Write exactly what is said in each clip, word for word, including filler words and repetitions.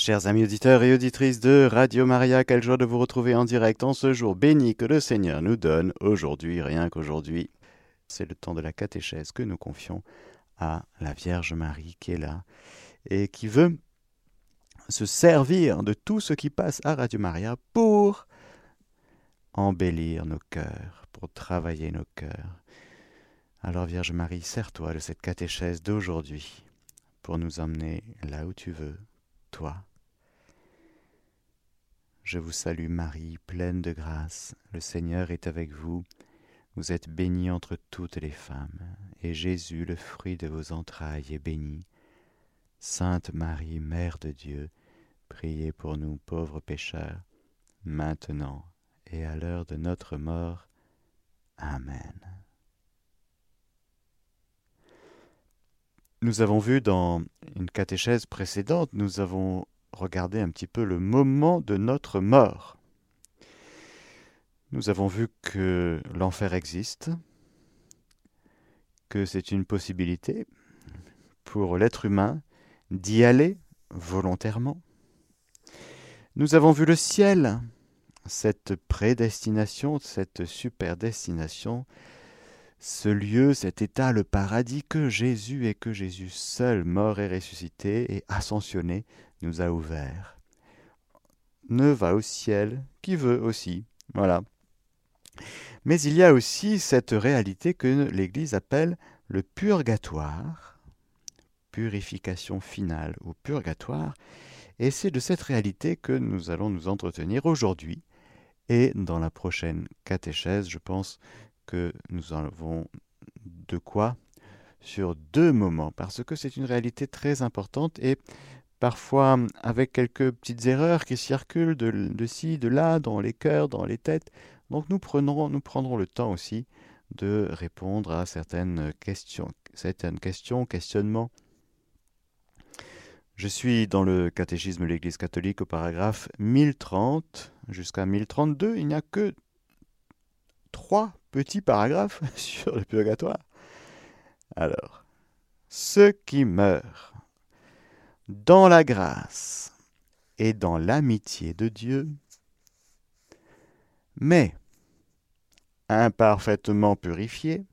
Chers amis auditeurs et auditrices de Radio Maria, quelle joie de vous retrouver en direct en ce jour béni que le Seigneur nous donne aujourd'hui, rien qu'aujourd'hui. C'est le temps de la catéchèse que nous confions à la Vierge Marie qui est là et qui veut se servir de tout ce qui passe à Radio Maria pour embellir nos cœurs, pour travailler nos cœurs. Alors Vierge Marie, sers-toi de cette catéchèse d'aujourd'hui pour nous emmener là où tu veux, toi. Je vous salue Marie, pleine de grâce, le Seigneur est avec vous. Vous êtes bénie entre toutes les femmes, et Jésus, le fruit de vos entrailles, est béni. Sainte Marie, Mère de Dieu, priez pour nous pauvres pécheurs, maintenant et à l'heure de notre mort. Amen. Nous avons vu dans une catéchèse précédente, nous avons regardé un petit peu le moment de notre mort. Nous avons vu que l'enfer existe, que c'est une possibilité pour l'être humain d'y aller volontairement. Nous avons vu le ciel, cette prédestination, cette superdestination, ce lieu, cet état, le paradis que Jésus et que Jésus seul, mort et ressuscité et ascensionné, nous a ouvert. Ne va au ciel qui veut aussi, voilà. Mais il y a aussi cette réalité que l'Église appelle le purgatoire, purification finale ou purgatoire, et c'est de cette réalité que nous allons nous entretenir aujourd'hui, et dans la prochaine catéchèse, je pense que nous avons de quoi sur deux moments, parce que c'est une réalité très importante et parfois avec quelques petites erreurs qui circulent de, de ci, de là, dans les cœurs, dans les têtes. Donc nous, prenons, nous prendrons le temps aussi de répondre à certaines questions, certaines questions, questionnements. Je suis dans le catéchisme de l'Église catholique au paragraphe mille trente jusqu'à mille trente-deux. Il n'y a que trois petits paragraphes sur le purgatoire. Alors, ceux qui meurent dans la grâce et dans l'amitié de Dieu, mais imparfaitement purifiés,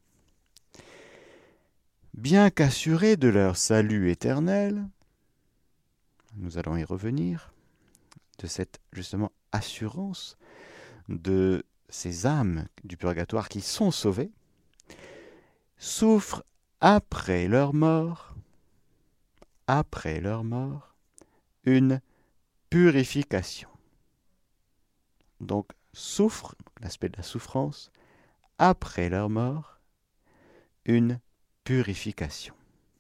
bien qu'assurés de leur salut éternel, nous allons y revenir, de cette justement assurance de ces âmes du purgatoire qui sont sauvées, souffrent après leur mort, après leur mort, une purification. Donc, souffrent, l'aspect de la souffrance, après leur mort, une purification,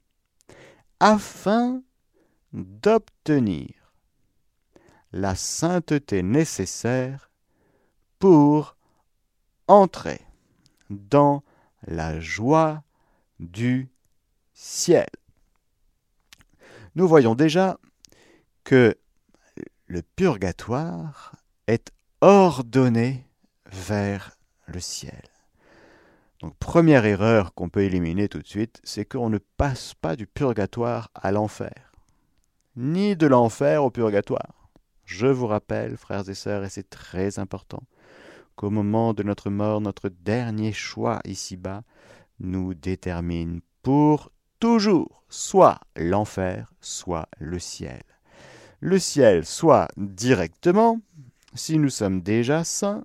afin d'obtenir la sainteté nécessaire pour entrer dans la joie du ciel. Nous voyons déjà que le purgatoire est ordonné vers le ciel. Donc, première erreur qu'on peut éliminer tout de suite, c'est qu'on ne passe pas du purgatoire à l'enfer, ni de l'enfer au purgatoire. Je vous rappelle, frères et sœurs, et c'est très important, qu'au moment de notre mort, notre dernier choix ici-bas nous détermine pour toujours soit l'enfer, soit le ciel. Le ciel, soit directement, si nous sommes déjà saints,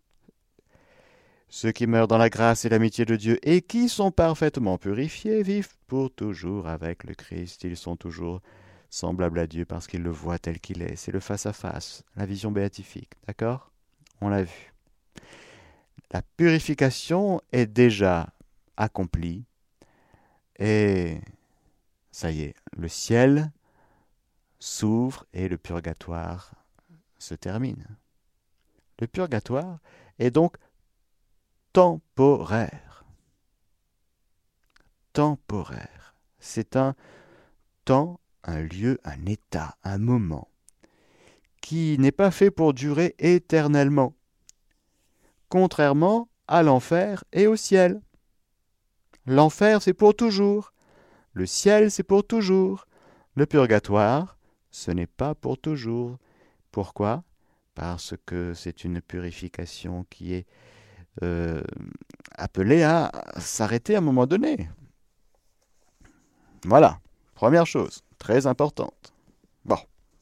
ceux qui meurent dans la grâce et l'amitié de Dieu et qui sont parfaitement purifiés vivent pour toujours avec le Christ. Ils sont toujours semblables à Dieu parce qu'ils le voient tel qu'il est. C'est le face-à-face, la vision béatifique. D'accord ? On l'a vu. La purification est déjà accomplie et ça y est, le ciel s'ouvre et le purgatoire se termine. Le purgatoire est donc temporaire. Temporaire. C'est un temps, un lieu, un état, un moment qui n'est pas fait pour durer éternellement, contrairement à l'enfer et au ciel. L'enfer, c'est pour toujours. Le ciel, c'est pour toujours. Le purgatoire, ce n'est pas pour toujours. Pourquoi ? Parce que c'est une purification qui est euh, appelée à s'arrêter à un moment donné. Voilà, première chose, très importante. Bon.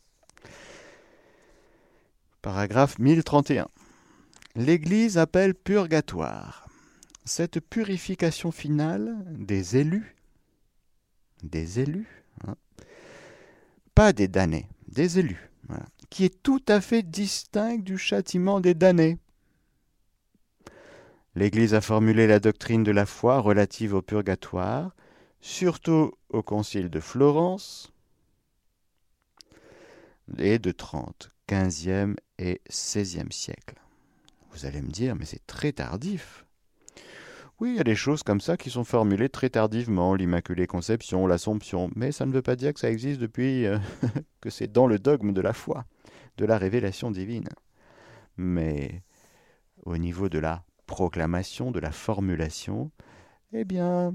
Paragraphe mille trente et un. L'Église appelle purgatoire cette purification finale des élus, des élus, hein, pas des damnés, des élus, voilà, qui est tout à fait distincte du châtiment des damnés. L'Église a formulé la doctrine de la foi relative au purgatoire, surtout au Concile de Florence et de Trente, quinzième et seizième siècle. Vous allez me dire, mais c'est très tardif. Oui, il y a des choses comme ça qui sont formulées très tardivement, l'Immaculée Conception, l'Assomption, mais ça ne veut pas dire que ça existe depuis, euh, que c'est dans le dogme de la foi, de la révélation divine. Mais au niveau de la proclamation, de la formulation, eh bien,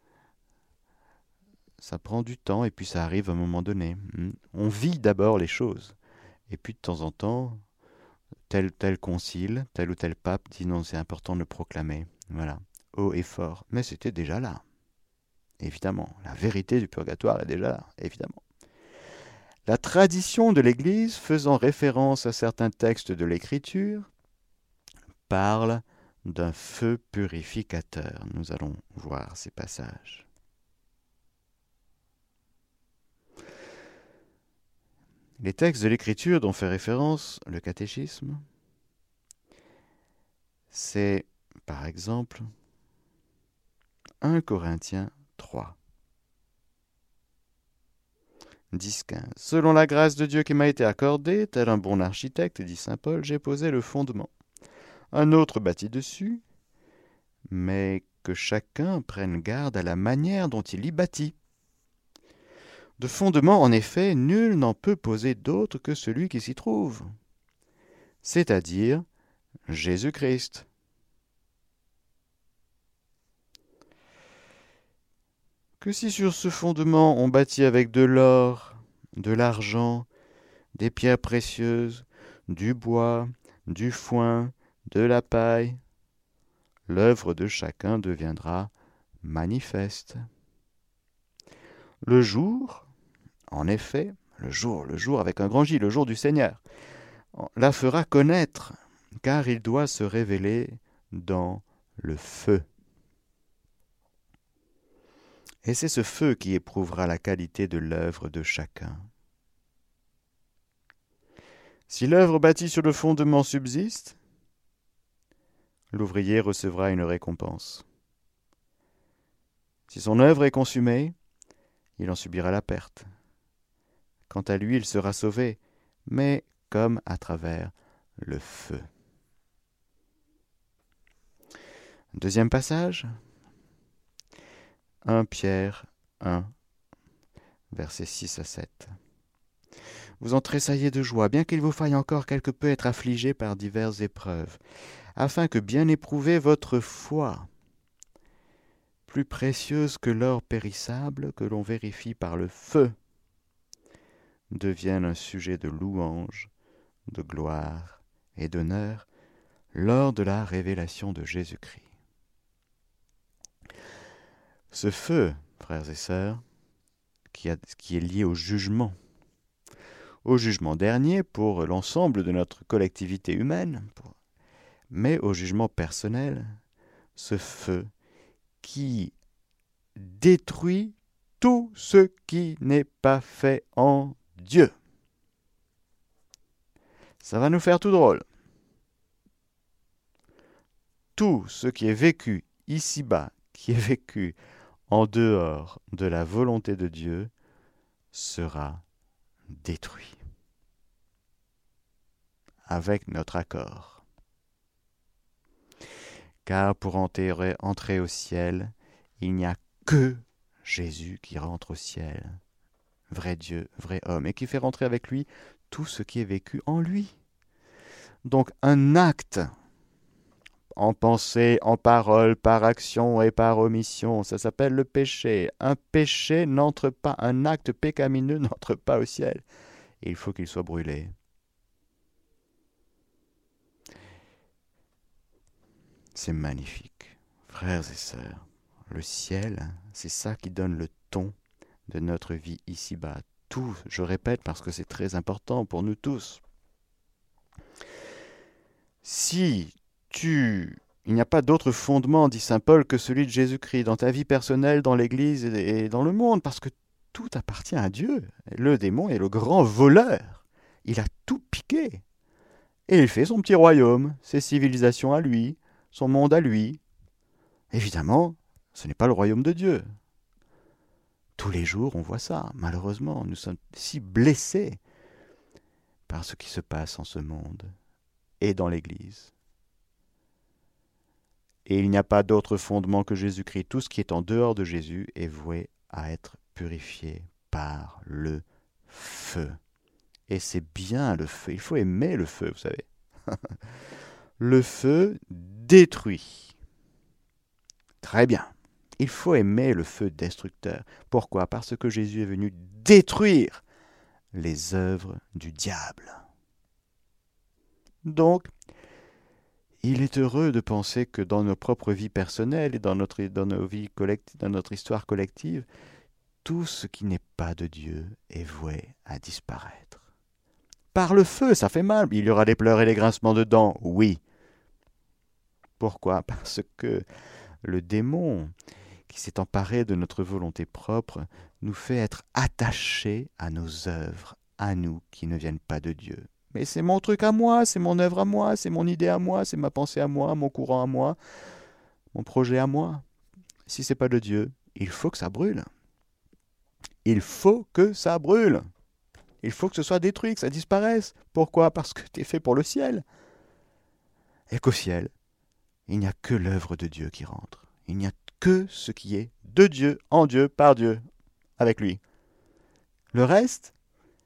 ça prend du temps et puis ça arrive à un moment donné. On vit d'abord les choses, et puis de temps en temps, tel tel concile, tel ou tel pape dit non, c'est important de le proclamer. Voilà. Haut et fort, mais c'était déjà là, évidemment. La vérité du purgatoire est déjà là, évidemment. La tradition de l'Église, faisant référence à certains textes de l'Écriture, parle d'un feu purificateur. Nous allons voir ces passages. Les textes de l'Écriture dont fait référence le catéchisme, c'est, par exemple, un Corinthiens trois, dix quinze. Selon la grâce de Dieu qui m'a été accordée, tel un bon architecte, dit saint Paul, j'ai posé le fondement. Un autre bâtit dessus, mais que chacun prenne garde à la manière dont il y bâtit. De fondement, en effet, nul n'en peut poser d'autre que celui qui s'y trouve, c'est-à-dire Jésus-Christ. Que si sur ce fondement on bâtit avec de l'or, de l'argent, des pierres précieuses, du bois, du foin, de la paille, l'œuvre de chacun deviendra manifeste. Le jour, en effet, le jour, le jour avec un grand J, le jour du Seigneur, la fera connaître, car il doit se révéler dans le feu. Et c'est ce feu qui éprouvera la qualité de l'œuvre de chacun. Si l'œuvre bâtie sur le fondement subsiste, l'ouvrier recevra une récompense. Si son œuvre est consumée, il en subira la perte. Quant à lui, il sera sauvé, mais comme à travers le feu. Deuxième passage. un Pierre un, versets six à sept. Vous en tressaillez de joie, bien qu'il vous faille encore quelque peu être affligé par diverses épreuves, afin que, bien éprouvée, votre foi, plus précieuse que l'or périssable que l'on vérifie par le feu, devienne un sujet de louange, de gloire et d'honneur lors de la révélation de Jésus-Christ. Ce feu, frères et sœurs, qui, a, qui est lié au jugement, au jugement dernier pour l'ensemble de notre collectivité humaine, pour, mais au jugement personnel, ce feu qui détruit tout ce qui n'est pas fait en Dieu. Ça va nous faire tout drôle. Tout ce qui est vécu ici-bas, qui est vécu en dehors de la volonté de Dieu, sera détruit. Avec notre accord. Car pour entrer, entrer au ciel, il n'y a que Jésus qui rentre au ciel, vrai Dieu, vrai homme, et qui fait rentrer avec lui tout ce qui est vécu en lui. Donc un acte, en pensée, en parole, par action et par omission, ça s'appelle le péché. Un péché n'entre pas, un acte pécamineux n'entre pas au ciel. et il faut qu'il soit brûlé. C'est magnifique, frères et sœurs. Le ciel, c'est ça qui donne le ton de notre vie ici-bas. Tout, je répète, parce que c'est très important pour nous tous. Si tu... Il n'y a pas d'autre fondement, dit saint Paul, que celui de Jésus-Christ, dans ta vie personnelle, dans l'Église et dans le monde, parce que tout appartient à Dieu. Le démon est le grand voleur. Il a tout piqué. Et il fait son petit royaume, ses civilisations à lui, son monde à lui. Évidemment, ce n'est pas le royaume de Dieu. Tous les jours, on voit ça. Malheureusement, nous sommes si blessés par ce qui se passe en ce monde et dans l'Église. Et il n'y a pas d'autre fondement que Jésus-Christ. Tout ce qui est en dehors de Jésus est voué à être purifié par le feu. Et c'est bien le feu. Il faut aimer le feu, vous savez. Le feu détruit. Très bien. Il faut aimer le feu destructeur. Pourquoi ? Parce que Jésus est venu détruire les œuvres du diable. Donc, il est heureux de penser que dans nos propres vies personnelles et dans notre, dans nos vies collectives, dans notre histoire collective, tout ce qui n'est pas de Dieu est voué à disparaître. Par le feu, ça fait mal. Il y aura des pleurs et des grincements de dents, oui. Pourquoi ? Parce que le démon qui s'est emparé de notre volonté propre nous fait être attachés à nos œuvres, à nous qui ne viennent pas de Dieu. Mais c'est mon truc à moi, c'est mon œuvre à moi, c'est mon idée à moi, c'est ma pensée à moi, mon courant à moi, mon projet à moi. Si c'est pas de Dieu, il faut que ça brûle. Il faut que ça brûle. Il faut que ce soit détruit, que ça disparaisse. Pourquoi ? Parce que tu es fait pour le ciel. Et qu'au ciel, il n'y a que l'œuvre de Dieu qui rentre. Il n'y a que ce qui est de Dieu, en Dieu, par Dieu, avec lui. Le reste,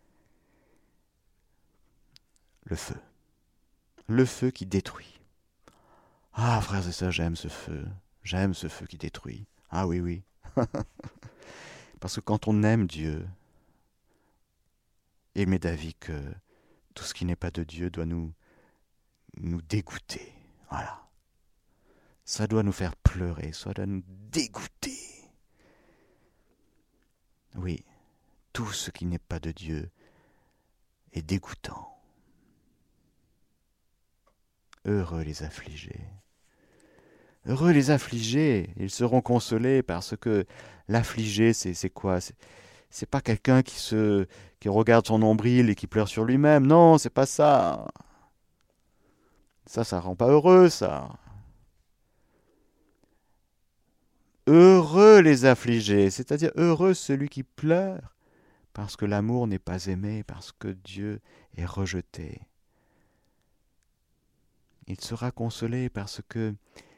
le feu. Le feu qui détruit. Ah, frères et sœurs, j'aime ce feu. J'aime ce feu qui détruit. Ah oui, oui. Parce que quand on aime Dieu, il m'est d'avis que tout ce qui n'est pas de Dieu doit nous, nous dégoûter. Voilà. Ça doit nous faire pleurer, ça doit nous dégoûter. Oui, tout ce qui n'est pas de Dieu est dégoûtant. Heureux les affligés. Heureux les affligés, ils seront consolés parce que l'affligé, c'est, c'est quoi ? c'est, c'est pas quelqu'un qui, se, qui regarde son nombril et qui pleure sur lui-même. Non, c'est pas ça. Ça, ça rend pas heureux, ça. Heureux les affligés, c'est-à-dire heureux celui qui pleure, parce que l'amour n'est pas aimé, parce que Dieu est rejeté. Il sera consolé parce que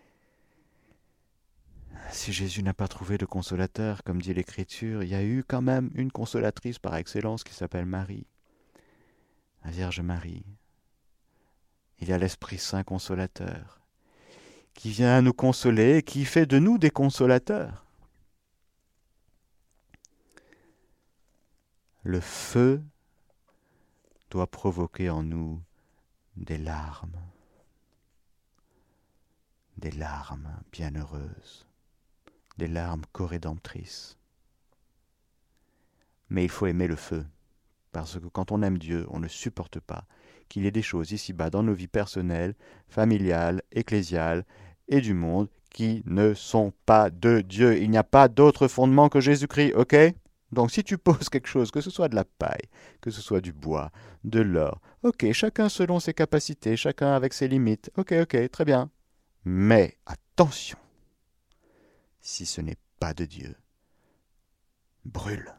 si Jésus n'a pas trouvé de consolateur, comme dit l'Écriture, il y a eu quand même une consolatrice par excellence qui s'appelle Marie, la Vierge Marie. Il y a l'Esprit Saint consolateur, qui vient nous consoler et qui fait de nous des consolateurs. Le feu doit provoquer en nous des larmes, des larmes bienheureuses, des larmes corédemptrices. Mais il faut aimer le feu, parce que quand on aime Dieu, on ne supporte pas qu'il y ait des choses ici-bas dans nos vies personnelles, familiales, ecclésiales et du monde qui ne sont pas de Dieu. Il n'y a pas d'autre fondement que Jésus-Christ, ok ? Donc si tu poses quelque chose, que ce soit de la paille, que ce soit du bois, de l'or, ok, chacun selon ses capacités, chacun avec ses limites, ok, ok, très bien. Mais attention, si ce n'est pas de Dieu, brûle.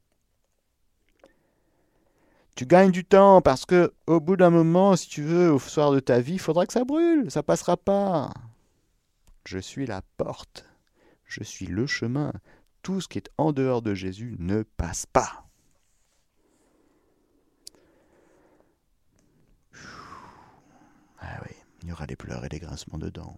Tu gagnes du temps parce que au bout d'un moment, si tu veux, au soir de ta vie, il faudra que ça brûle, ça passera pas. Je suis la porte, je suis le chemin. Tout ce qui est en dehors de Jésus ne passe pas. Ah oui, il y aura des pleurs et des grincements de dents.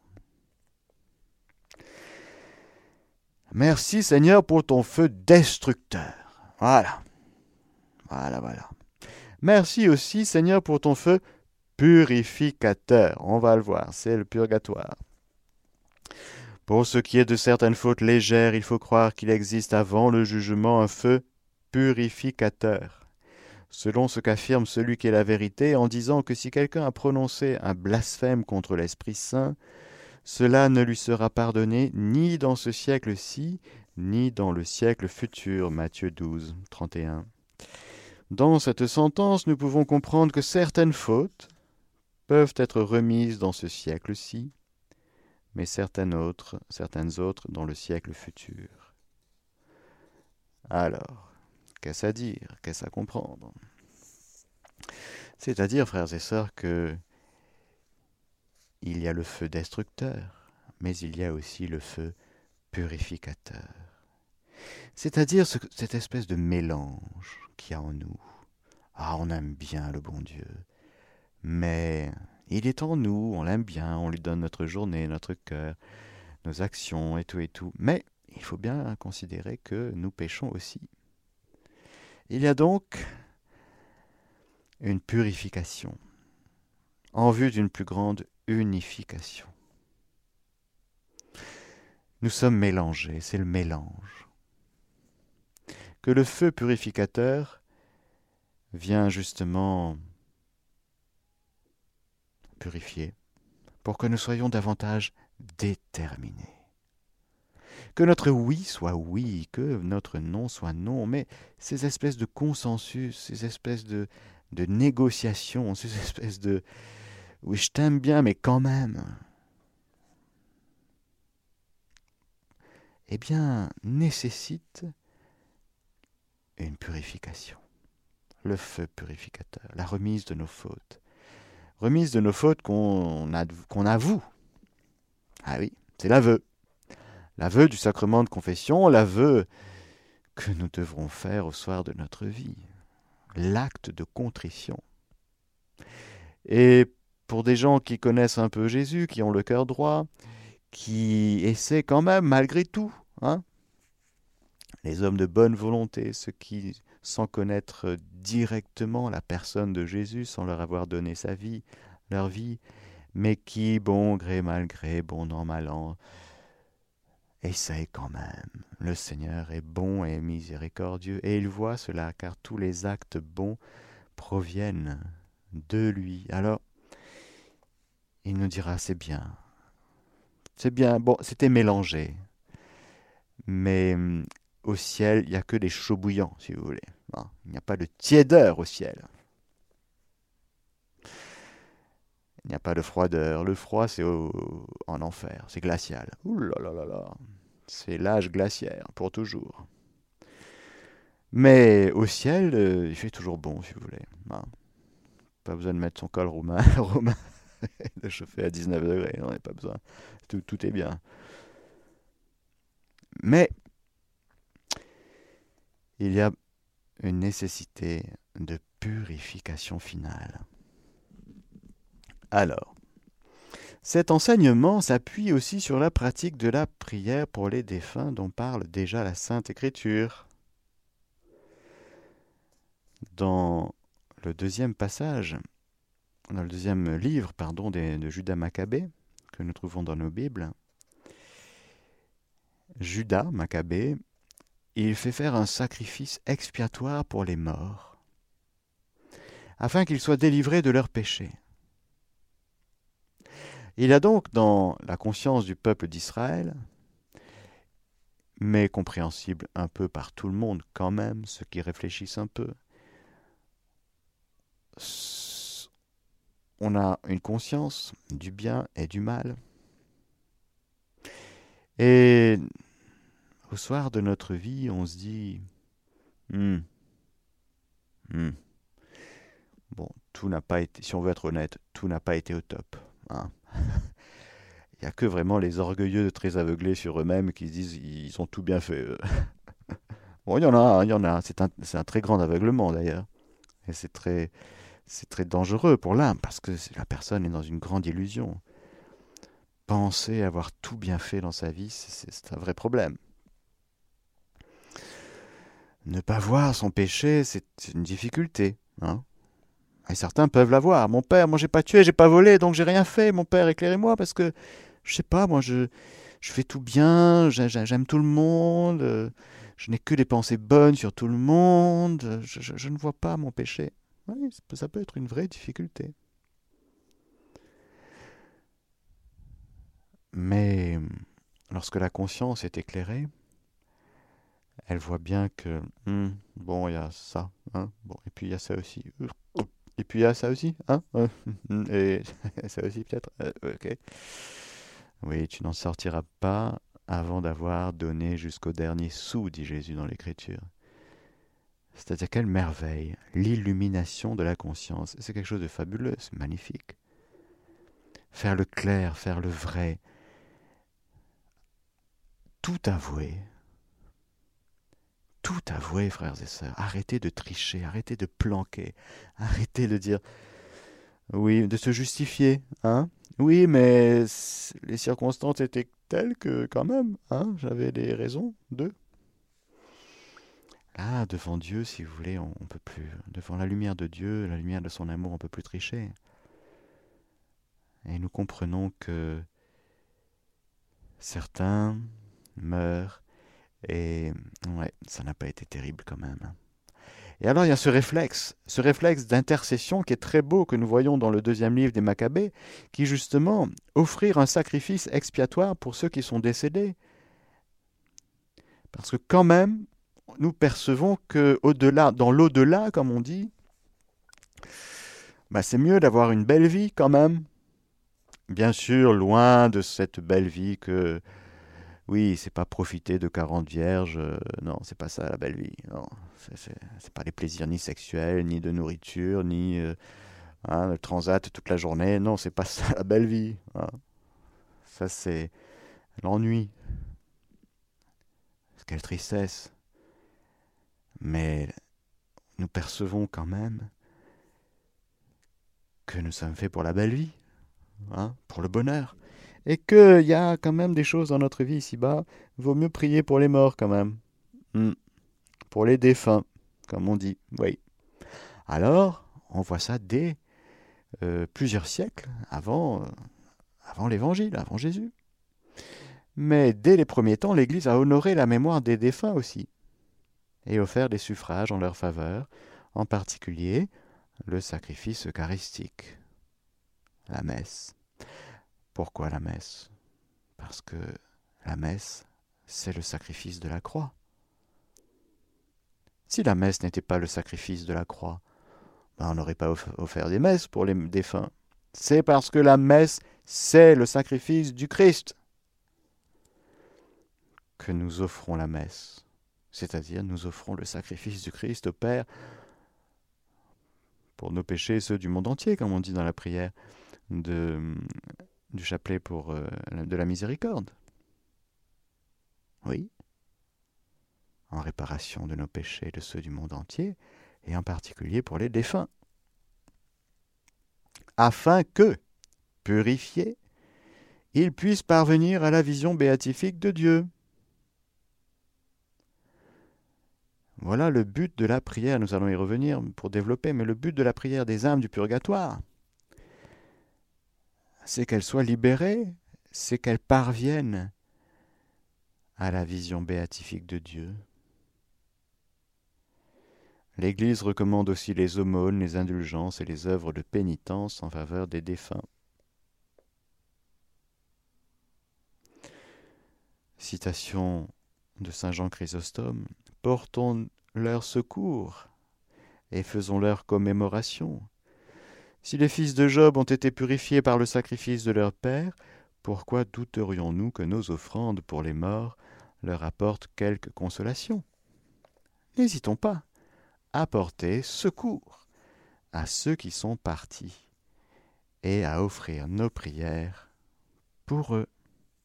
Merci Seigneur pour ton feu destructeur. Voilà. Voilà, voilà. Merci aussi, Seigneur, pour ton feu purificateur. On va le voir, c'est le purgatoire. Pour ce qui est de certaines fautes légères, il faut croire qu'il existe avant le jugement un feu purificateur, selon ce qu'affirme celui qui est la vérité, en disant que si quelqu'un a prononcé un blasphème contre l'Esprit Saint, cela ne lui sera pardonné ni dans ce siècle-ci, ni dans le siècle futur. Matthieu douze, trente et un. Dans cette sentence, nous pouvons comprendre que certaines fautes peuvent être remises dans ce siècle-ci, mais certaines autres, certaines autres dans le siècle futur. Alors, qu'est-ce à dire? Qu'est-ce à comprendre? C'est-à-dire, frères et sœurs, que il y a le feu destructeur, mais il y a aussi le feu purificateur. C'est-à-dire ce, cette espèce de mélange qu'il y a en nous. Ah, on aime bien le bon Dieu, mais il est en nous, on l'aime bien, on lui donne notre journée, notre cœur, nos actions et tout et tout. Mais il faut bien considérer que nous péchons aussi. Il y a donc une purification en vue d'une plus grande unification. Nous sommes mélangés, c'est le mélange. Que le feu purificateur vient justement purifier pour que nous soyons davantage déterminés. Que notre oui soit oui, que notre non soit non, mais ces espèces de consensus, ces espèces de, de négociations, ces espèces de « oui, je t'aime bien, mais quand même », eh bien, nécessitent une purification. Le feu purificateur, la remise de nos fautes. Remise de nos fautes qu'on, a, qu'on avoue. Ah oui, c'est l'aveu. L'aveu du sacrement de confession, l'aveu que nous devrons faire au soir de notre vie. L'acte de contrition. Et pour des gens qui connaissent un peu Jésus, qui ont le cœur droit, qui essaient quand même, malgré tout, hein, les hommes de bonne volonté, ceux qui, sans connaître directement la personne de Jésus, sans leur avoir donné sa vie, leur vie, mais qui, bon gré, mal gré, bon an, mal an, essayent quand même. Le Seigneur est bon et miséricordieux, et il voit cela, car tous les actes bons proviennent de lui. Alors, il nous dira, c'est bien, c'est bien, bon, c'était mélangé, mais au ciel, il n'y a que des chauds bouillants, si vous voulez. Hein, il n'y a pas de tiédeur au ciel. Il n'y a pas de froideur. Le froid, c'est au, en enfer, c'est glacial. Ouh là là là là, c'est l'âge glaciaire, pour toujours. Mais au ciel, euh, il fait toujours bon, si vous voulez. Hein. Pas besoin de mettre son col romain, romain de chauffer à dix-neuf degrés, on n'a pas besoin. Tout, tout est bien. Mais il y a une nécessité de purification finale. Alors, cet enseignement s'appuie aussi sur la pratique de la prière pour les défunts dont parle déjà la Sainte Écriture. Dans le deuxième passage, dans le deuxième livre pardon, de, de Judas Maccabée, que nous trouvons dans nos Bibles, Judas Maccabée, il fait faire un sacrifice expiatoire pour les morts, afin qu'ils soient délivrés de leurs péchés. Il y a donc dans la conscience du peuple d'Israël, mais compréhensible un peu par tout le monde quand même, ceux qui réfléchissent un peu, on a une conscience du bien et du mal. Et au soir de notre vie, on se dit, hmm, hmm, bon, tout n'a pas été, si on veut être honnête, tout n'a pas été au top. Hein. Il n'y a que vraiment les orgueilleux très aveuglés sur eux-mêmes qui se disent ils ont tout bien fait. Bon, il y en a, il y en a. C'est un, c'est un très grand aveuglement d'ailleurs. Et c'est très, c'est très dangereux pour l'âme parce que la personne est dans une grande illusion. Penser avoir tout bien fait dans sa vie, c'est, c'est un vrai problème. Ne pas voir son péché, c'est une difficulté. Hein. Et certains peuvent l'avoir. Mon père, moi j'ai pas tué, j'ai pas volé, donc j'ai rien fait. Mon père, éclairez-moi parce que je sais pas, moi je, je fais tout bien, j'ai- j'ai- j'aime tout le monde, euh, je n'ai que des pensées bonnes sur tout le monde, euh, je, je- je ne vois pas mon péché. Oui, ça peut, ça peut être une vraie difficulté. Mais lorsque la conscience est éclairée, elle voit bien que, hmm, bon, il y a ça, hein, bon, et puis il y a ça aussi, et puis il y a ça aussi, hein, euh, et ça aussi peut-être, euh, ok. Oui, tu n'en sortiras pas avant d'avoir donné jusqu'au dernier sou, dit Jésus dans l'Écriture. C'est-à-dire quelle merveille, l'illumination de la conscience. C'est quelque chose de fabuleux, c'est magnifique. Faire le clair, faire le vrai, tout avouer. Tout avouer, frères et sœurs. Arrêtez de tricher, arrêtez de planquer, arrêtez de dire oui, de se justifier, hein. Oui, mais les circonstances étaient telles que quand même, hein, j'avais des raisons de. Là, devant Dieu, si vous voulez, on, on peut plus. Devant la lumière de Dieu, la lumière de son amour, on peut plus tricher. Et nous comprenons que certains meurent et ouais, ça n'a pas été terrible quand même. Et alors il y a ce réflexe, ce réflexe d'intercession qui est très beau que nous voyons dans le deuxième livre des Maccabées, qui justement offrir un sacrifice expiatoire pour ceux qui sont décédés. Parce que quand même, nous percevons que au-delà, dans l'au-delà, comme on dit, bah c'est mieux d'avoir une belle vie quand même. Bien sûr, loin de cette belle vie que, oui, c'est pas profiter de quarante vierges, euh, non, c'est pas ça la belle vie. Non, c'est, c'est, c'est pas les plaisirs ni sexuels, ni de nourriture, ni euh, hein, le transat toute la journée. Non, c'est pas ça la belle vie. Hein. Ça, c'est l'ennui. Quelle tristesse. Mais nous percevons quand même que nous sommes faits pour la belle vie, hein, pour le bonheur. Et qu'il y a quand même des choses dans notre vie ici-bas. Vaut mieux prier pour les morts quand même. Hmm. Pour les défunts, comme on dit. Oui. Alors, on voit ça dès euh, plusieurs siècles avant, euh, avant l'Évangile, avant Jésus. Mais dès les premiers temps, l'Église a honoré la mémoire des défunts aussi, et offert des suffrages en leur faveur, en particulier le sacrifice eucharistique, la messe. Pourquoi la messe? Parce que la messe, c'est le sacrifice de la croix. Si la messe n'était pas le sacrifice de la croix, ben on n'aurait pas offert des messes pour les défunts. C'est parce que la messe, c'est le sacrifice du Christ que nous offrons la messe. C'est-à-dire, nous offrons le sacrifice du Christ au Père pour nos péchés et ceux du monde entier, comme on dit dans la prière de, du chapelet pour, euh, de la miséricorde. Oui, en réparation de nos péchés et de ceux du monde entier, et en particulier pour les défunts. Afin que, purifiés, ils puissent parvenir à la vision béatifique de Dieu. Voilà le but de la prière, nous allons y revenir pour développer, mais le but de la prière des âmes du purgatoire, c'est qu'elles soient libérées, c'est qu'elles parviennent à la vision béatifique de Dieu. L'Église recommande aussi les aumônes, les indulgences et les œuvres de pénitence en faveur des défunts. Citation de saint Jean Chrysostome, « Portons leur secours et faisons leur commémoration. Si les fils de Job ont été purifiés par le sacrifice de leur père, pourquoi douterions-nous que nos offrandes pour les morts leur apportent quelque consolation? N'hésitons pas à porter secours à ceux qui sont partis et à offrir nos prières pour eux. »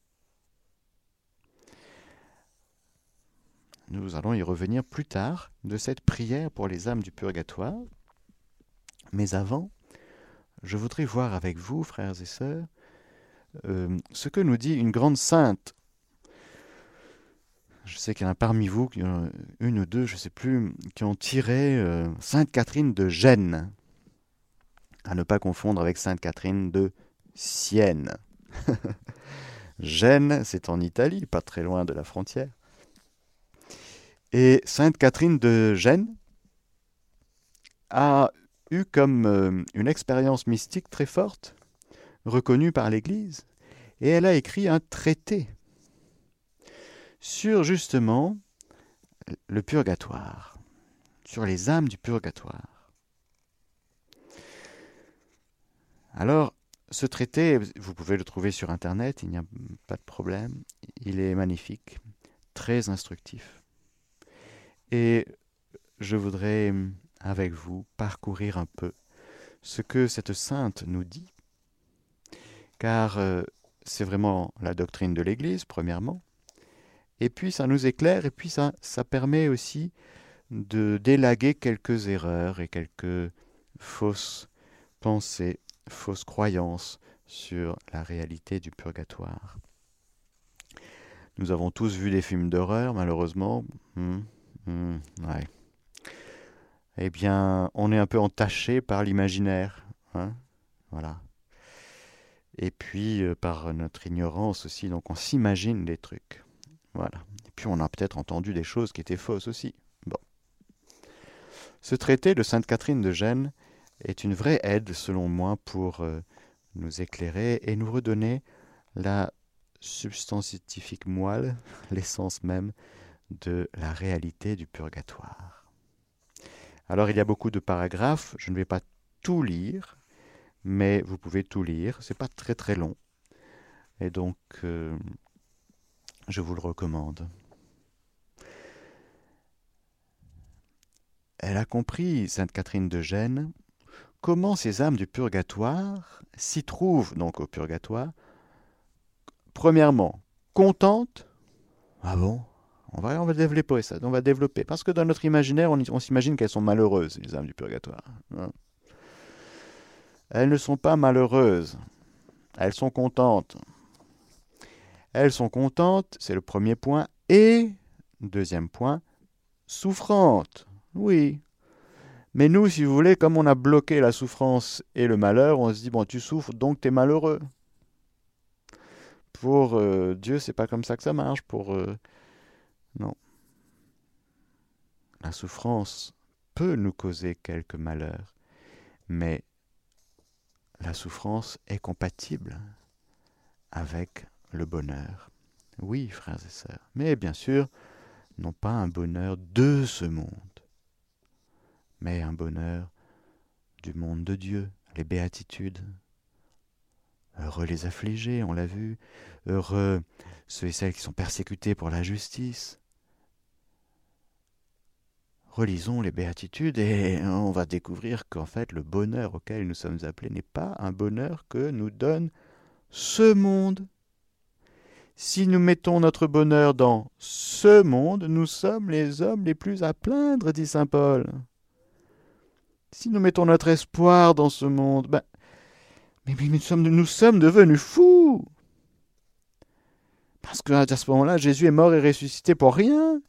Nous allons y revenir plus tard de cette prière pour les âmes du purgatoire. Mais avant, je voudrais voir avec vous, frères et sœurs, euh, ce que nous dit une grande sainte. Je sais qu'il y en a parmi vous, qui ont, une ou deux, je ne sais plus, qui ont tiré euh, Sainte Catherine de Gênes. à ne pas confondre avec Sainte Catherine de Sienne. Gênes, c'est en Italie, pas très loin de la frontière. Et Sainte Catherine de Gênes a eu comme euh, une expérience mystique très forte, reconnue par l'Église, et elle a écrit un traité sur justement le purgatoire, sur les âmes du purgatoire. Alors, ce traité, vous pouvez le trouver sur Internet, il n'y a pas de problème, il est magnifique, très instructif. Et je voudrais, avec vous, parcourir un peu ce que cette sainte nous dit, car euh, c'est vraiment la doctrine de l'Église, premièrement, et puis ça nous éclaire, et puis ça, ça permet aussi de d'élaguer quelques erreurs et quelques fausses pensées, fausses croyances sur la réalité du purgatoire. Nous avons tous vu des films d'horreur, malheureusement. Mmh, mmh, ouais. Eh bien, on est un peu entaché par l'imaginaire, hein, voilà. Et puis, euh, par notre ignorance aussi, donc on s'imagine des trucs. Voilà. Et puis, on a peut-être entendu des choses qui étaient fausses aussi. Bon. Ce traité de Sainte Catherine de Gênes est une vraie aide, selon moi, pour euh, nous éclairer et nous redonner la substantifique moelle, l'essence même de la réalité du purgatoire. Alors, il y a beaucoup de paragraphes, je ne vais pas tout lire, mais vous pouvez tout lire, c'est pas très très long, et donc euh, je vous le recommande. Elle a compris, Sainte Catherine de Gênes, comment ces âmes du purgatoire s'y trouvent, donc au purgatoire, premièrement, contentes. Ah bon? On va, on va développer ça, on va développer. Parce que dans notre imaginaire, on, on s'imagine qu'elles sont malheureuses, les âmes du purgatoire. Hein. Elles ne sont pas malheureuses. Elles sont contentes. Elles sont contentes, c'est le premier point. Et, deuxième point, souffrantes. Oui. Mais nous, si vous voulez, comme on a bloqué la souffrance et le malheur, on se dit, bon, tu souffres, donc tu es malheureux. Pour euh, Dieu, c'est pas comme ça que ça marche. Pour euh, non. La souffrance peut nous causer quelques malheurs, mais la souffrance est compatible avec le bonheur. Oui, frères et sœurs, mais bien sûr, non pas un bonheur de ce monde, mais un bonheur du monde de Dieu, les béatitudes. Heureux les affligés, on l'a vu, heureux ceux et celles qui sont persécutés pour la justice. Relisons les béatitudes et on va découvrir qu'en fait le bonheur auquel nous sommes appelés n'est pas un bonheur que nous donne ce monde. Si nous mettons notre bonheur dans ce monde, nous sommes les hommes les plus à plaindre, dit saint Paul. Si nous mettons notre espoir dans ce monde, ben, mais, mais nous, sommes, nous sommes devenus fous. Parce qu'à ce moment-là, Jésus est mort et ressuscité pour rien.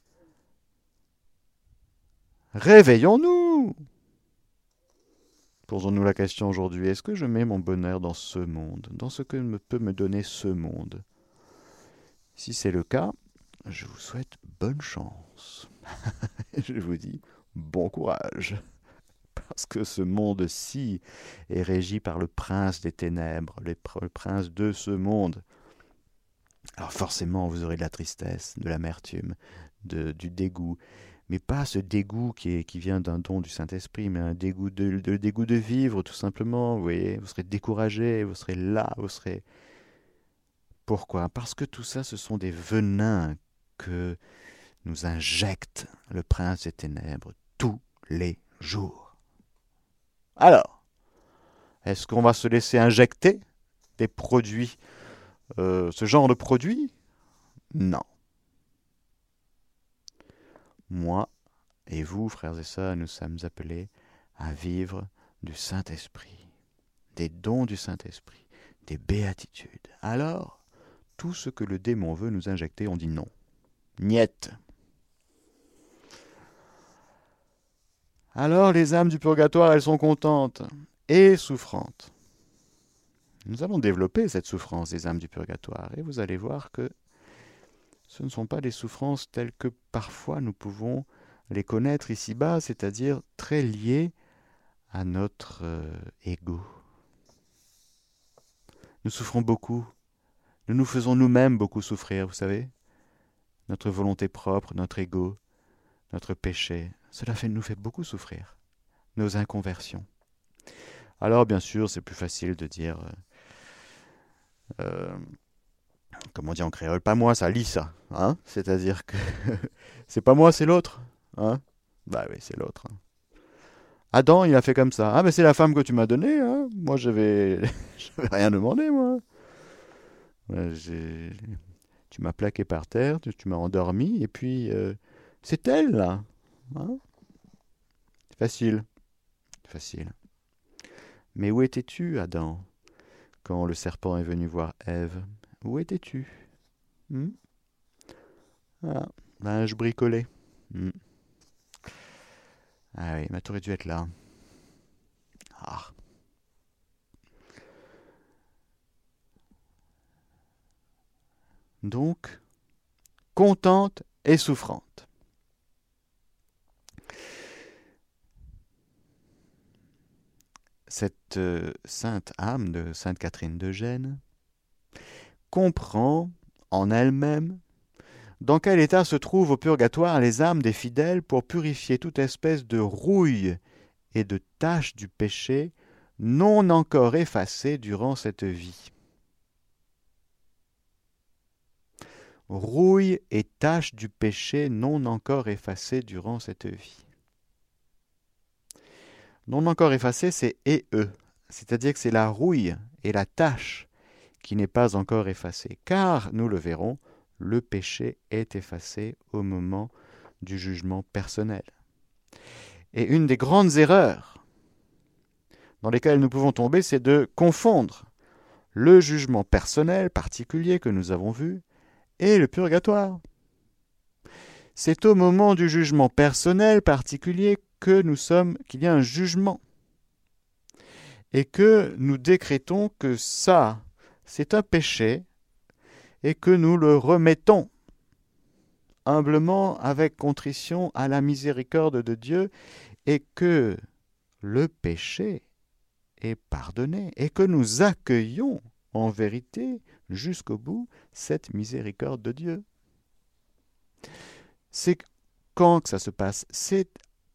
Réveillons-nous. Posons-nous la question aujourd'hui, est-ce que je mets mon bonheur dans ce monde, dans ce que me peut me donner ce monde? Si c'est le cas, je vous souhaite bonne chance. Je vous dis bon courage. Parce que ce monde-ci est régi par le prince des ténèbres, le prince de ce monde. Alors forcément, vous aurez de la tristesse, de l'amertume, de, du dégoût, mais pas ce dégoût qui, est, qui vient d'un don du Saint-Esprit, mais un dégoût de, de, dégoût de vivre, tout simplement. Vous voyez, vous serez découragé, vous serez là, vous serez... Pourquoi? Parce que tout ça, ce sont des venins que nous injecte le prince des ténèbres tous les jours. Alors, est-ce qu'on va se laisser injecter des produits, euh, ce genre de produits? Non. Moi et vous, frères et sœurs, nous sommes appelés à vivre du Saint-Esprit, des dons du Saint-Esprit, des béatitudes. Alors, tout ce que le démon veut nous injecter, on dit non. Niet. Alors, les âmes du purgatoire, elles sont contentes. et souffrante. Nous allons développer cette souffrance des âmes du purgatoire et vous allez voir que ce ne sont pas des souffrances telles que parfois nous pouvons les connaître ici-bas, c'est-à-dire très liées à notre euh, ego. Nous souffrons beaucoup. Nous nous faisons nous-mêmes beaucoup souffrir, vous savez. Notre volonté propre, notre ego, notre péché, cela fait, nous fait beaucoup souffrir. Nos inconversions. Alors, bien sûr, c'est plus facile de dire, euh, euh, comme on dit en créole, pas moi, ça lit ça. Hein, c'est-à-dire que c'est pas moi, c'est l'autre. Hein, bah oui, c'est l'autre. Hein. Adam, il a fait comme ça. Ah, mais c'est la femme que tu m'as donnée. Hein. Moi, je vais, je vais rien demander, moi. Ouais, j'ai... Tu m'as plaqué par terre, tu, tu m'as endormi, et puis euh, c'est elle, là. Hein, facile, facile. Mais où étais-tu, Adam, quand le serpent est venu voir Ève? Où étais-tu? hmm ah, ben, je bricolais. Hmm. Ah oui, mais t'aurais dû être là. Ah. Donc, contente et souffrante. Cette euh, sainte âme de sainte Catherine de Gênes comprend en elle-même dans quel état se trouvent au purgatoire les âmes des fidèles pour purifier toute espèce de rouille et de tache du péché non encore effacées durant cette vie. Rouille et tache du péché non encore effacées durant cette vie. Non encore effacé, c'est « et eux », c'est-à-dire que c'est la rouille et la tache qui n'est pas encore effacée. Car, nous le verrons, le péché est effacé au moment du jugement personnel. Et une des grandes erreurs dans lesquelles nous pouvons tomber, c'est de confondre le jugement personnel particulier que nous avons vu et le purgatoire. C'est au moment du jugement personnel particulier que nous sommes, qu'il y a un jugement et que nous décrétons que ça, c'est un péché et que nous le remettons humblement avec contrition à la miséricorde de Dieu et que le péché est pardonné et que nous accueillons en vérité jusqu'au bout cette miséricorde de Dieu. C'est quand que ça se passe? C'est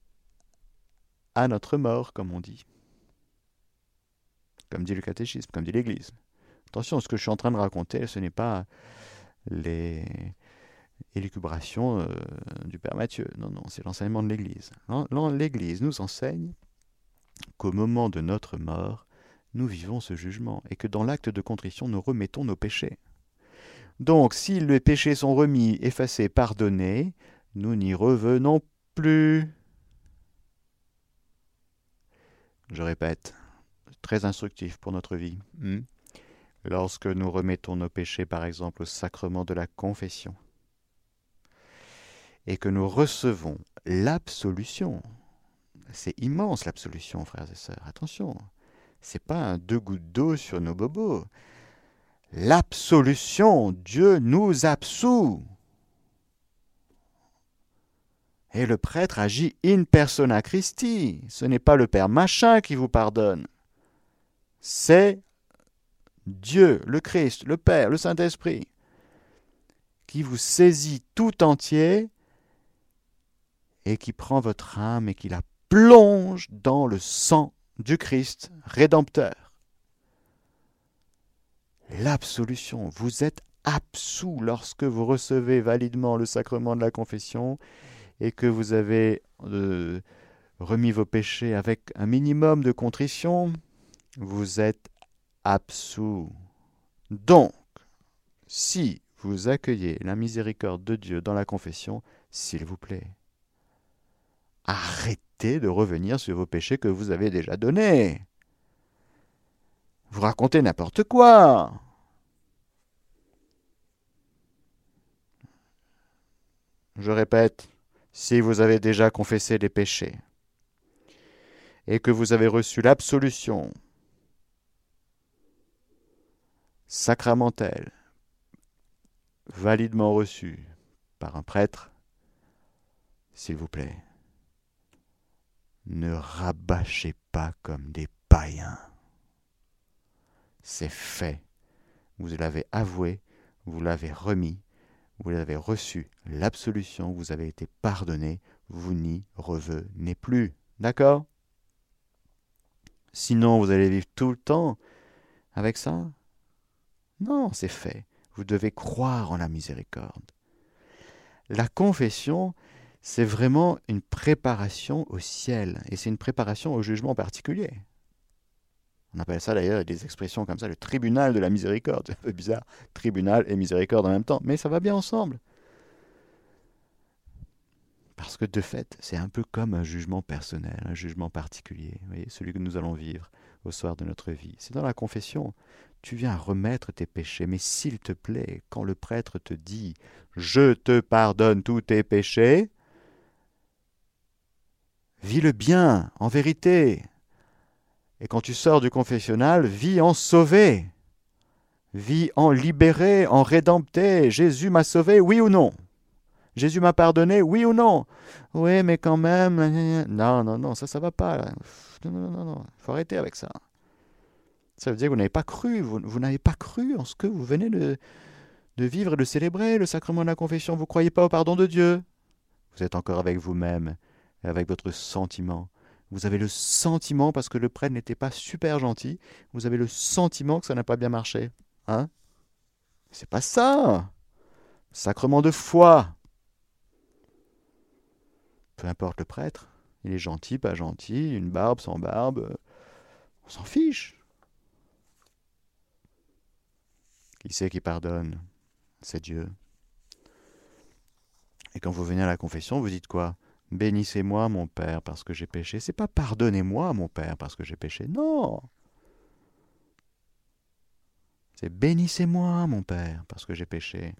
à notre mort, comme on dit. Comme dit le catéchisme, comme dit l'Église. Attention, ce que je suis en train de raconter, ce n'est pas les élucubrations euh, du Père Matthieu. Non, non, c'est l'enseignement de l'Église. L'Église nous enseigne qu'au moment de notre mort, nous vivons ce jugement et que dans l'acte de contrition, nous remettons nos péchés. Donc, si les péchés sont remis, effacés, pardonnés, nous n'y revenons plus. Je répète, très instructif pour notre vie. Hmm. Lorsque nous remettons nos péchés, par exemple, au sacrement de la confession, et que nous recevons l'absolution, c'est immense l'absolution, frères et sœurs, attention, c'est pas un deux gouttes d'eau sur nos bobos. L'absolution, Dieu nous absout. Et le prêtre agit in persona Christi. Ce n'est pas le Père machin qui vous pardonne. C'est Dieu, le Christ, le Père, le Saint-Esprit, qui vous saisit tout entier et qui prend votre âme et qui la plonge dans le sang du Christ rédempteur. L'absolution, vous êtes absous lorsque vous recevez validement le sacrement de la confession et que vous avez euh, remis vos péchés avec un minimum de contrition, vous êtes absous. Donc, si vous accueillez la miséricorde de Dieu dans la confession, s'il vous plaît, arrêtez de revenir sur vos péchés que vous avez déjà donnés. Vous racontez n'importe quoi. Je répète, si vous avez déjà confessé les péchés et que vous avez reçu l'absolution sacramentelle, validement reçue par un prêtre, s'il vous plaît, ne rabâchez pas comme des païens. C'est fait. Vous l'avez avoué, vous l'avez remis, vous avez reçu l'absolution, vous avez été pardonné, vous n'y revenez plus. D'accord ? Sinon, vous allez vivre tout le temps avec ça ? Non, c'est fait. Vous devez croire en la miséricorde. La confession, c'est vraiment une préparation au ciel, et c'est une préparation au jugement particulier. On appelle ça d'ailleurs des expressions comme ça, le tribunal de la miséricorde. C'est un peu bizarre, tribunal et miséricorde en même temps, mais ça va bien ensemble. Parce que de fait, c'est un peu comme un jugement personnel, un jugement particulier, vous voyez, celui que nous allons vivre au soir de notre vie. C'est dans la confession. Tu viens remettre tes péchés, mais s'il te plaît, quand le prêtre te dit « Je te pardonne tous tes péchés », vis le bien, en vérité. Et quand tu sors du confessionnal, vis en sauvé. Vis en libéré, en rédempté. Jésus m'a sauvé, oui ou non ? Jésus m'a pardonné, oui ou non ? Oui, mais quand même... Non, non, non, ça, ça va pas. Là. Non, non, non, non, il faut arrêter avec ça. Ça veut dire que vous n'avez pas cru, vous, vous n'avez pas cru en ce que vous venez de, de vivre et de célébrer, le sacrement de la confession. Vous ne croyez pas au pardon de Dieu. Vous êtes encore avec vous-même, et avec votre sentiment. Vous avez le sentiment, parce que le prêtre n'était pas super gentil, vous avez le sentiment que ça n'a pas bien marché. Hein ? C'est pas ça. Sacrement de foi. Peu importe le prêtre, il est gentil, pas gentil, une barbe, sans barbe, on s'en fiche. Qui c'est qui pardonne ? C'est Dieu. Et quand vous venez à la confession, vous dites quoi ? Bénissez-moi, mon Père, parce que j'ai péché. C'est pas pardonnez-moi, mon Père, parce que j'ai péché. Non. C'est bénissez-moi, mon Père, parce que j'ai péché.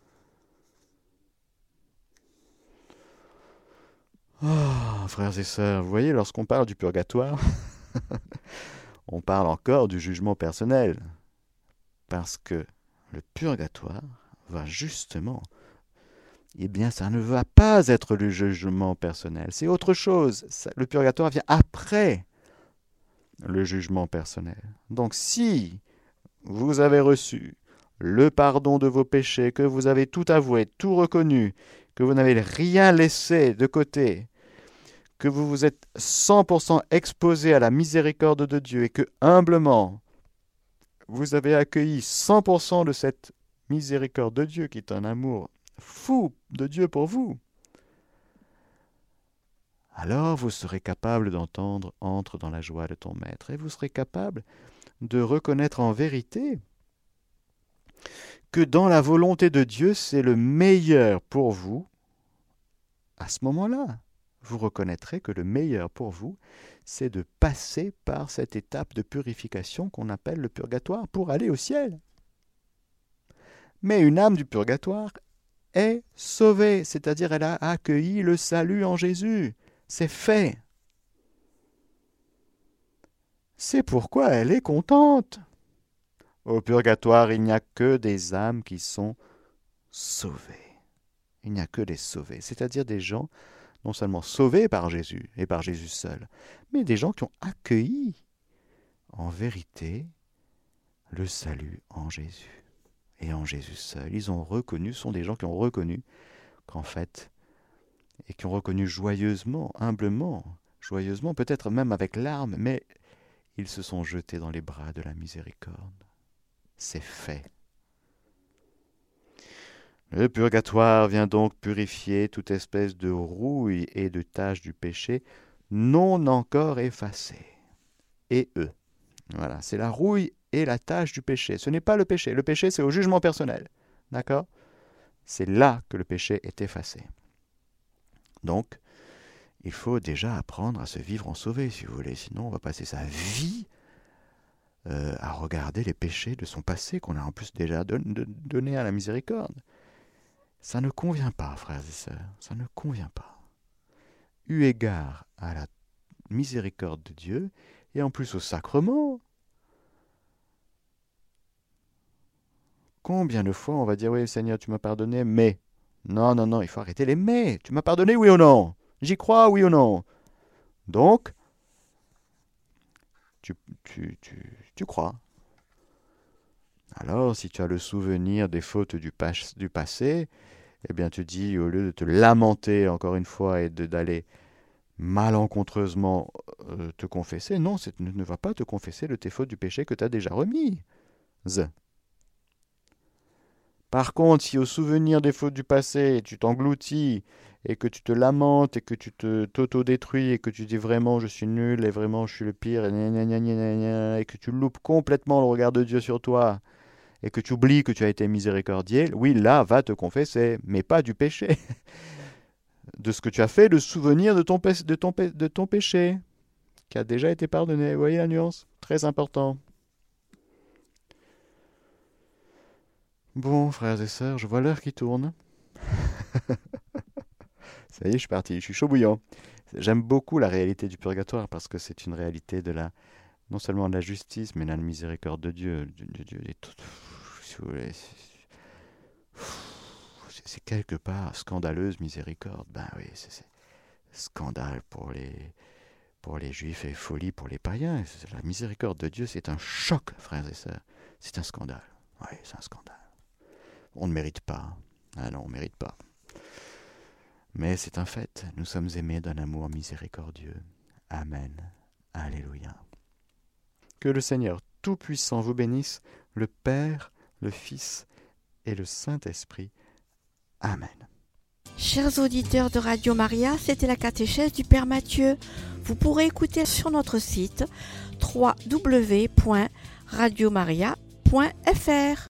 Oh, frères et sœurs, vous voyez, lorsqu'on parle du purgatoire, on parle encore du jugement personnel. Parce que le purgatoire va justement, eh bien, ça ne va pas être le jugement personnel. C'est autre chose. Ça, le purgatoire vient après le jugement personnel. Donc, si vous avez reçu le pardon de vos péchés, que vous avez tout avoué, tout reconnu, que vous n'avez rien laissé de côté, que vous vous êtes cent pour cent exposé à la miséricorde de Dieu et que humblement, vous avez accueilli cent pour cent de cette miséricorde de Dieu qui est un amour fou de Dieu pour vous, alors vous serez capable d'entendre « Entre dans la joie de ton maître » et vous serez capable de reconnaître en vérité que dans la volonté de Dieu, c'est le meilleur pour vous. À ce moment-là, vous reconnaîtrez que le meilleur pour vous, c'est de passer par cette étape de purification qu'on appelle le purgatoire pour aller au ciel. Mais une âme du purgatoire est sauvée, c'est-à-dire elle a accueilli le salut en Jésus. C'est fait. C'est pourquoi elle est contente. Au purgatoire, il n'y a que des âmes qui sont sauvées. Il n'y a que des sauvés, c'est-à-dire des gens non seulement sauvés par Jésus et par Jésus seul, mais des gens qui ont accueilli en vérité le salut en Jésus et en Jésus seul. Ils ont reconnu, sont des gens qui ont reconnu qu'en fait, et qui ont reconnu joyeusement, humblement, joyeusement, peut-être même avec larmes, mais ils se sont jetés dans les bras de la miséricorde. C'est fait. Le purgatoire vient donc purifier toute espèce de rouille et de tache du péché non encore effacée. Et eux. Voilà, c'est la rouille et la tache du péché. Ce n'est pas le péché. Le péché, c'est au jugement personnel. D'accord ? C'est là que le péché est effacé. Donc, il faut déjà apprendre à se vivre en sauvé, si vous voulez. Sinon, on va passer sa vie euh, à regarder les péchés de son passé qu'on a en plus déjà don- don- donné à la miséricorde. Ça ne convient pas, frères et sœurs. Ça ne convient pas. Eu égard à la miséricorde de Dieu, et en plus au sacrement. Combien de fois on va dire, oui Seigneur, tu m'as pardonné, mais... Non, non, non, il faut arrêter les mais. Tu m'as pardonné, oui ou non? J'y crois, oui ou non? Donc, tu, tu, tu, tu crois. Alors, si tu as le souvenir des fautes du, pas, du passé, eh bien tu dis, au lieu de te lamenter encore une fois et de, d'aller malencontreusement euh, te confesser, non, c'est, ne, ne va pas te confesser de tes fautes du péché que tu as déjà remis. Par contre, si au souvenir des fautes du passé, tu t'engloutis et que tu te lamentes et que tu te, t'auto-détruis et que tu dis vraiment je suis nul et vraiment je suis le pire et, gna gna gna gna gna, et que tu loupes complètement le regard de Dieu sur toi et que tu oublies que tu as été miséricordieux, oui, là, va te confesser, mais pas du péché. De ce que tu as fait, le souvenir de ton, de ton, de ton péché qui a déjà été pardonné. Vous voyez la nuance? Très important. Bon, frères et sœurs, je vois l'heure qui tourne. Ça y est, je suis parti, je suis chaud bouillant. J'aime beaucoup la réalité du purgatoire parce que c'est une réalité de la, non seulement de la justice, mais de la miséricorde de Dieu. De, de Dieu et tout, si vous voulez, c'est, c'est quelque part scandaleuse miséricorde. Ben oui, c'est, c'est scandale pour les, pour les juifs et folie pour les païens. La miséricorde de Dieu, c'est un choc, frères et sœurs. C'est un scandale. Oui, c'est un scandale. On ne mérite pas. Ah non, on ne mérite pas. Mais c'est un fait. Nous sommes aimés d'un amour miséricordieux. Amen. Alléluia. Que le Seigneur Tout-Puissant vous bénisse, le Père, le Fils et le Saint-Esprit. Amen. Chers auditeurs de Radio Maria, c'était la catéchèse du Père Mathieu. Vous pourrez écouter sur notre site w w w point radio maria point f r.